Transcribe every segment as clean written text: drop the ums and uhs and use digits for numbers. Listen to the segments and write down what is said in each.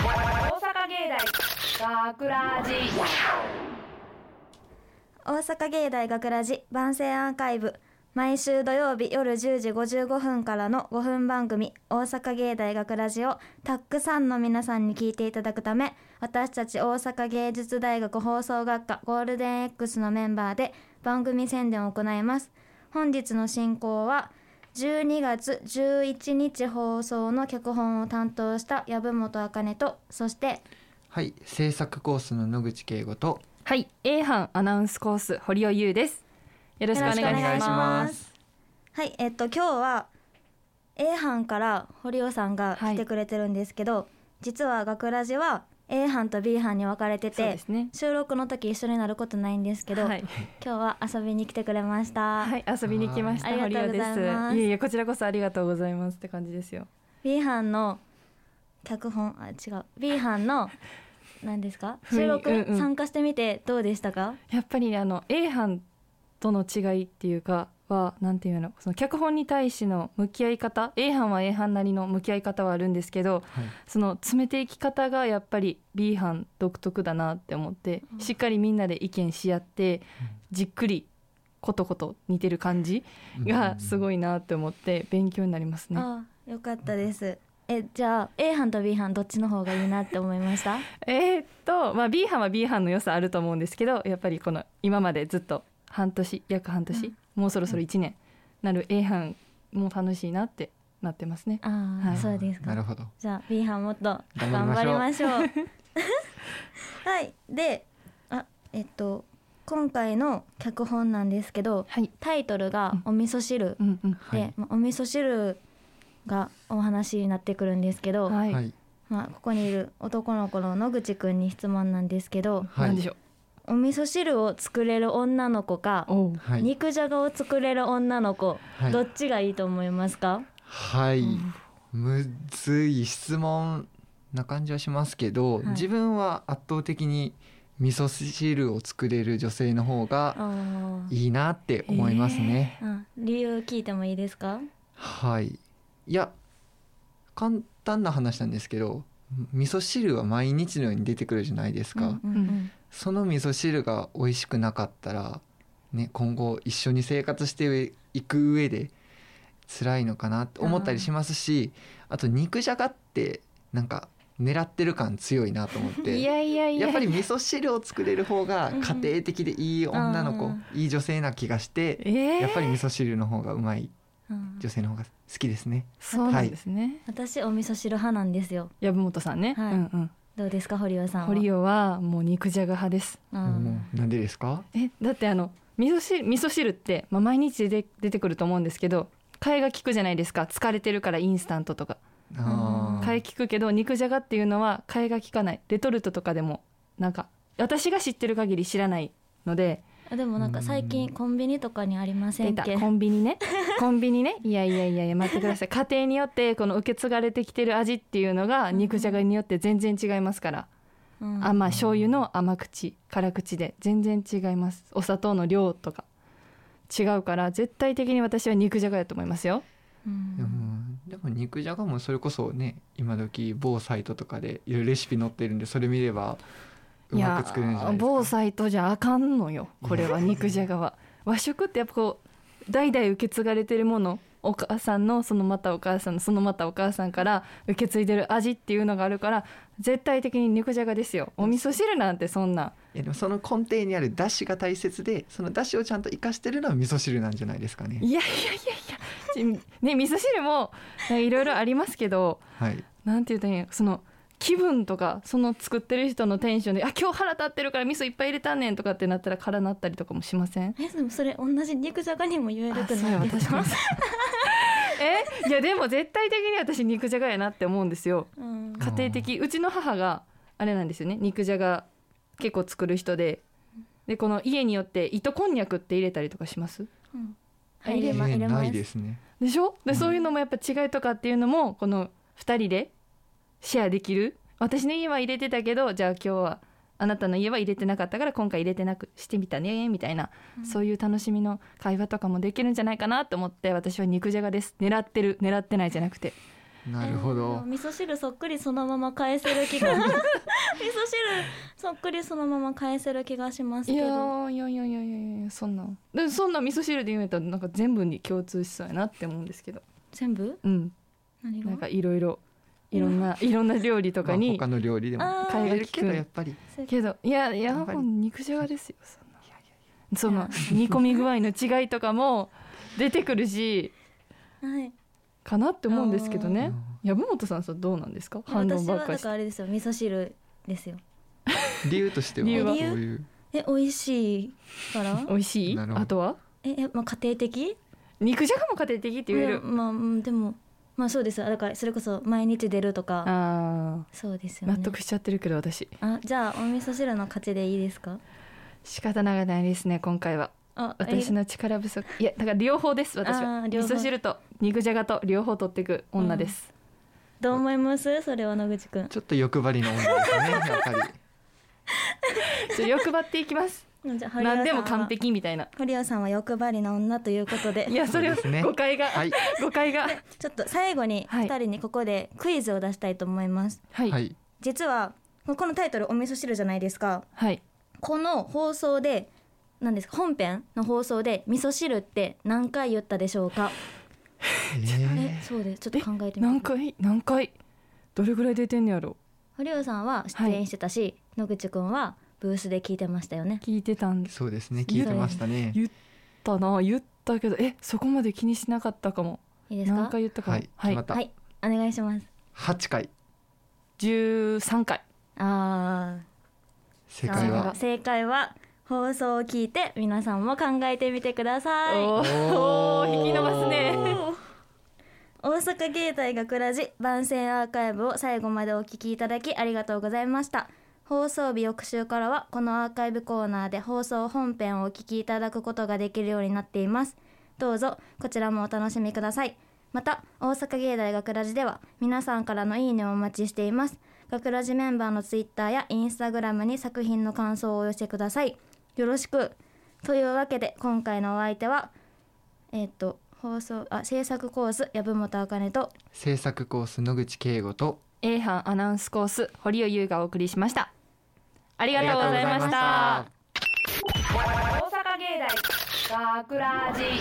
芸大学ラジ大阪芸大学ラジ番宣アーカイブ、毎週土曜日夜10時55分からの5分番組大阪芸大学ラジをたくさんの皆さんに聞いていただくため、私たち大阪芸術大学放送学科ゴールデン X のメンバーで番組宣伝を行います。本日の進行は12月11日放送の脚本を担当した籔本茜と、そしてはい制作コースの野口圭吾と、 はい A 班アナウンスコース堀尾優です。よろしくお願いします。 はい、今日は A 班から堀尾さんが来てくれてるんですけど、実は学ラジは A 班と B 班に分かれてて、収録の時一緒になることないんですけど、今日は遊びに来てくれました。 はい、遊びに来ました。堀尾です。いえいえ、こちらこそありがとうございますって感じですよ。 B 班の脚本、B 班の何ですか、収録、参加してみてどうでしたか？ やっぱりA 班との違いっていうかは、なんていうの、その脚本に対しての向き合い方、 A 班は A 班なりの向き合い方はあるんですけど、その詰めていき方がやっぱり B 班独特だなって思って、しっかりみんなで意見し合って、じっくりことこと似てる感じがすごいなって思って勉強になりますね。 ああ、よかったです。じゃあ A 班と B 班どっちの方がいいなって思いました？ B 班は B 班の良さあると思うんですけど、やっぱりこの今までずっと約半年、もうそろそろ1年なる A 班も楽しいなってなってますね。 そうですか。 なるほど。 じゃあ B 班もっと頑張りましょう。はい。で、今回の脚本なんですけど、タイトルがお味噌汁で、お味噌汁がお話になってくるんですけど、ここにいる男の子の野口くんに質問なんですけど、 何でしょう。 お味噌汁を作れる女の子か、肉じゃがを作れる女の子、どっちがいいと思いますか？ むずい質問な感じはしますけど、自分は圧倒的に味噌汁を作れる女性の方がいいなって思いますね。 理由聞いてもいいですか？ いや、簡単な話なんですけど、味噌汁は毎日のように出てくるじゃないですか。その味噌汁が美味しくなかったら、今後一緒に生活していく上で辛いのかなと思ったりしますし、あと肉じゃがってなんか狙ってる感強いなと思ってやっぱり味噌汁を作れる方が家庭的でいい女の子、いい女性な気がして、やっぱり味噌汁の方がうまい女性の方が好きですね。 そうなんですね。 私お味噌汁派なんですよ。 籔本さんね。 どうですか堀尾さんは？ 堀尾はもう肉じゃが派です。 なんでですか？ だって味噌汁って、毎日出てくると思うんですけど、替えが利くじゃないですか。疲れてるからインスタントとか替え利くけど、肉じゃがっていうのは替えが利かない。レトルトとかでもなんか私が知ってる限り知らないので。 でもなんか最近コンビニとかにありませんっけ？ コンビニねいや待ってください。家庭によってこの受け継がれてきてる味っていうのが肉じゃがによって全然違いますから、醤油の甘口辛口で全然違います。お砂糖の量とか違うから、絶対的に私は肉じゃがやと思いますよ。 でも肉じゃがもそれこそね、今時某サイトとかでいろいろレシピ載ってるんで、それ見ればうまく作れるんじゃないですか。 某サイトじゃあかんのよこれは。肉じゃがは和食ってやっぱこう代々受け継がれてるもの、お母さんのそのまたお母さんのそのまたお母さんから受け継いでる味っていうのがあるから、絶対的に肉じゃがですよ。お味噌汁なんてそんな。 いやでもその根底にある出汁が大切で、その出汁をちゃんと生かしてるのは味噌汁なんじゃないですかね。 いやね、味噌汁もいろいろありますけど、なんて言うといいの、その気分とか、その作ってる人のテンションで、今日腹立ってるから味噌いっぱい入れたんねんとかってなったら辛なったりとかもしません？ でもそれ同じ肉じゃがにも言えるくないですか？ いやでも絶対的に私肉じゃがやなって思うんですよ。家庭的。うちの母があれなんですよね、肉じゃが結構作る人で、この家によって糸こんにゃくって入れたりとかします？ 入れます。 ないですね。 でしょ？でそういうのもやっぱ違いとかっていうのもこの2人でシェアできる。私の家は入れてたけど、じゃあ今日はあなたの家は入れてなかったから今回入れてなくしてみたねみたいな、そういう楽しみの会話とかもできるんじゃないかなと思って、私は肉じゃがです。狙ってないじゃなくて。 なるほど。 味噌汁そっくりそのまま返せる気が味噌汁そっくりそのまま返せる気がしますけど。 いやそんな味噌汁で言うとなんか全部に共通しそうやなって思うんですけど。 全部？何が？ なんかいろんな料理とかに、 他の料理でも変えるけどやっぱりけどいやもう肉じゃがですよ。その煮込み具合の違いとかも出てくるし、かなって思うんですけどね。籔本さんどうなんですか？反論ばっかりして。 私はだからあれですよ、味噌汁ですよ。 理由としてはどういう？ 美味しいから美味しい。あとは家庭的？ 肉じゃがも家庭的って言える。 でもそうですよ。だからそれこそ毎日出るとか。そうですよね。 納得しちゃってるけど私。 じゃあお味噌汁の勝ちでいいですか？ 仕方ないですね今回は。私の力不足。いやだから両方です私は。味噌汁と肉じゃがと両方取っていく女です。 どう思います？それは野口くん。 ちょっと欲張りの女ですねやっぱり。欲張っていきます。何でも完璧みたいな。 堀尾さんは欲張りな女ということで。 いやそれは誤解が、誤解が。 ちょっと最後に2人にここでクイズを出したいと思います。実はこのタイトルお味噌汁じゃないですか。この放送で何ですか、本編の放送で味噌汁って何回言ったでしょうか？そうです。ちょっと考えてみて。 何回どれぐらい出てんのやろ。 堀尾さんは出演してたし、野口くんはブースで聞いてましたよね。 聞いてたんです。 そうですね、聞いてましたね。 言ったけどそこまで気にしなかったかも。 いいですか？ 何回言ったかも。 はい、お願いします。 8回。 13回。 正解は放送を聞いて皆さんも考えてみてください。 引き伸ばすね。 大阪芸大学ラジ番宣アーカイブを最後までお聞きいただきありがとうございました。放送日翌週からはこのアーカイブコーナーで放送本編をお聞きいただくことができるようになっています。どうぞこちらもお楽しみください。また大阪芸大学ラジでは皆さんからのいいねをお待ちしています。学ラジメンバーのツイッターやインスタグラムに作品の感想をお寄せください。よろしく。というわけで今回のお相手は制作コース籔本茜と制作コース野口圭吾と A 班アナウンスコース堀尾優がお送りしました。ありがとうございました。大阪芸大学ラジ。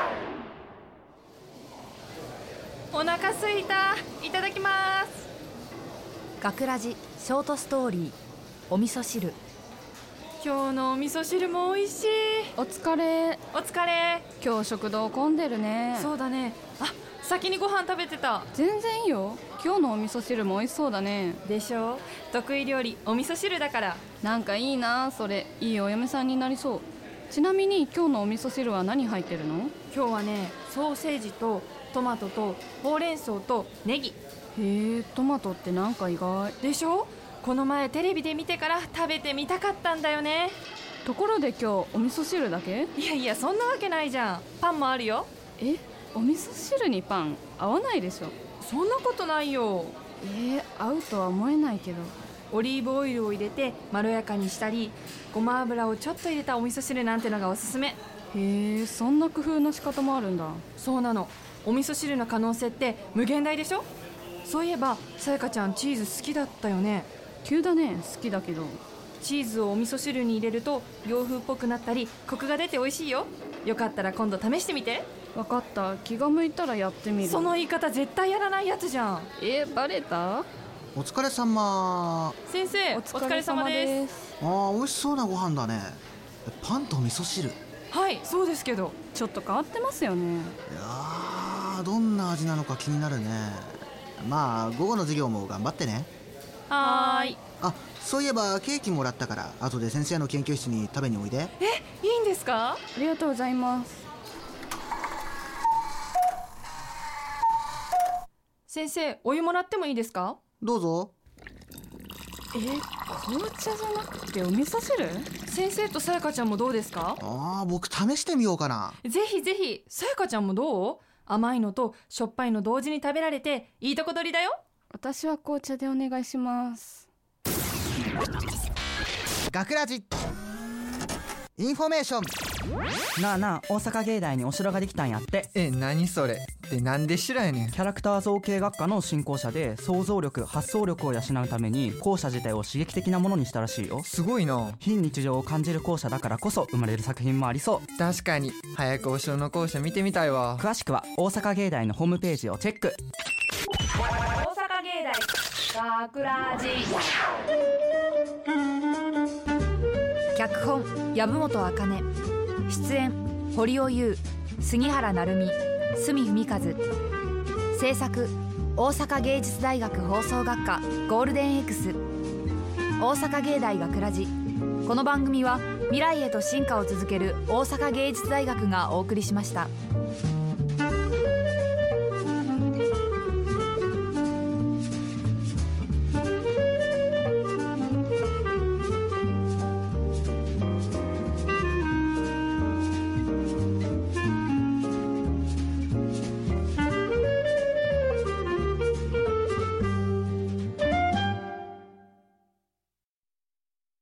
お腹すいた。いただきます。 学ラジショートストーリーお味噌汁。 今日のお味噌汁も美味しい。 お疲れ。 今日食堂混んでるね。そうだね。先にご飯食べてた。 全然いいよ。今日のお味噌汁も美味しそうだね。 でしょ。得意料理お味噌汁だから。 なんかいいなそれ。いいお嫁さんになりそう。ちなみに今日のお味噌汁は何入ってるの？ 今日はねソーセージとトマトとほうれん草とネギ。 へえ、トマトってなんか意外でしょ。この前テレビで見てから食べてみたかったんだよね。 ところで今日お味噌汁だけ？ いやそんなわけないじゃん。パンもあるよ。 お味噌汁にパン合わないでしょ。 そんなことないよ。 合うとは思えないけど。 オリーブオイルを入れてまろやかにしたり、ごま油をちょっと入れたお味噌汁なんてのがおすすめ。 へえ、そんな工夫の仕方もあるんだ。 そうなの。お味噌汁の可能性って無限大でしょ。そういえばさやかちゃんチーズ好きだったよね。 急だね。好きだけど。 チーズをお味噌汁に入れると洋風っぽくなったりコクが出て美味しいよ。よかったら今度試してみて。 分かった。気が向いたらやってみる。 その言い方絶対やらないやつじゃん。 バレた？ お疲れ様。 先生お疲れ様です。 美味しそうなご飯だね。パンと味噌汁。 はいそうですけどちょっと変わってますよね。 いやどんな味なのか気になるね。まあ午後の授業も頑張ってね。 はーい。 そういえばケーキもらったから後で先生の研究室に食べにおいで。 いいんですか？ ありがとうございます。 先生お湯もらってもいいですか？ どうぞ。 紅茶じゃなくてお味噌汁？ 先生とさやかちゃんもどうですか？ 僕試してみようかな。 ぜひぜひ。さやかちゃんもどう？甘いのとしょっぱいの同時に食べられていいとこ取りだよ。 私は紅茶でお願いします。 学ラジインフォメーション。 なあ大阪芸大にお城ができたんやって。 何それ？ ってなんで修羅やねん。 キャラクター造形学科の新校舎で想像力発想力を養うために校舎自体を刺激的なものにしたらしいよ。 すごいな。 非日常を感じる校舎だからこそ生まれる作品もありそう。 確かに早くお城の校舎見てみたいわ。 詳しくは大阪芸大のホームページをチェック。 大阪芸大学ラジ。 脚本籔本茜、出演堀尾優、杉原成美、角文和、制作大阪芸術大学放送学科ゴールデン X、 大阪芸大学ラジ。この番組は未来へと進化を続ける大阪芸術大学がお送りしました。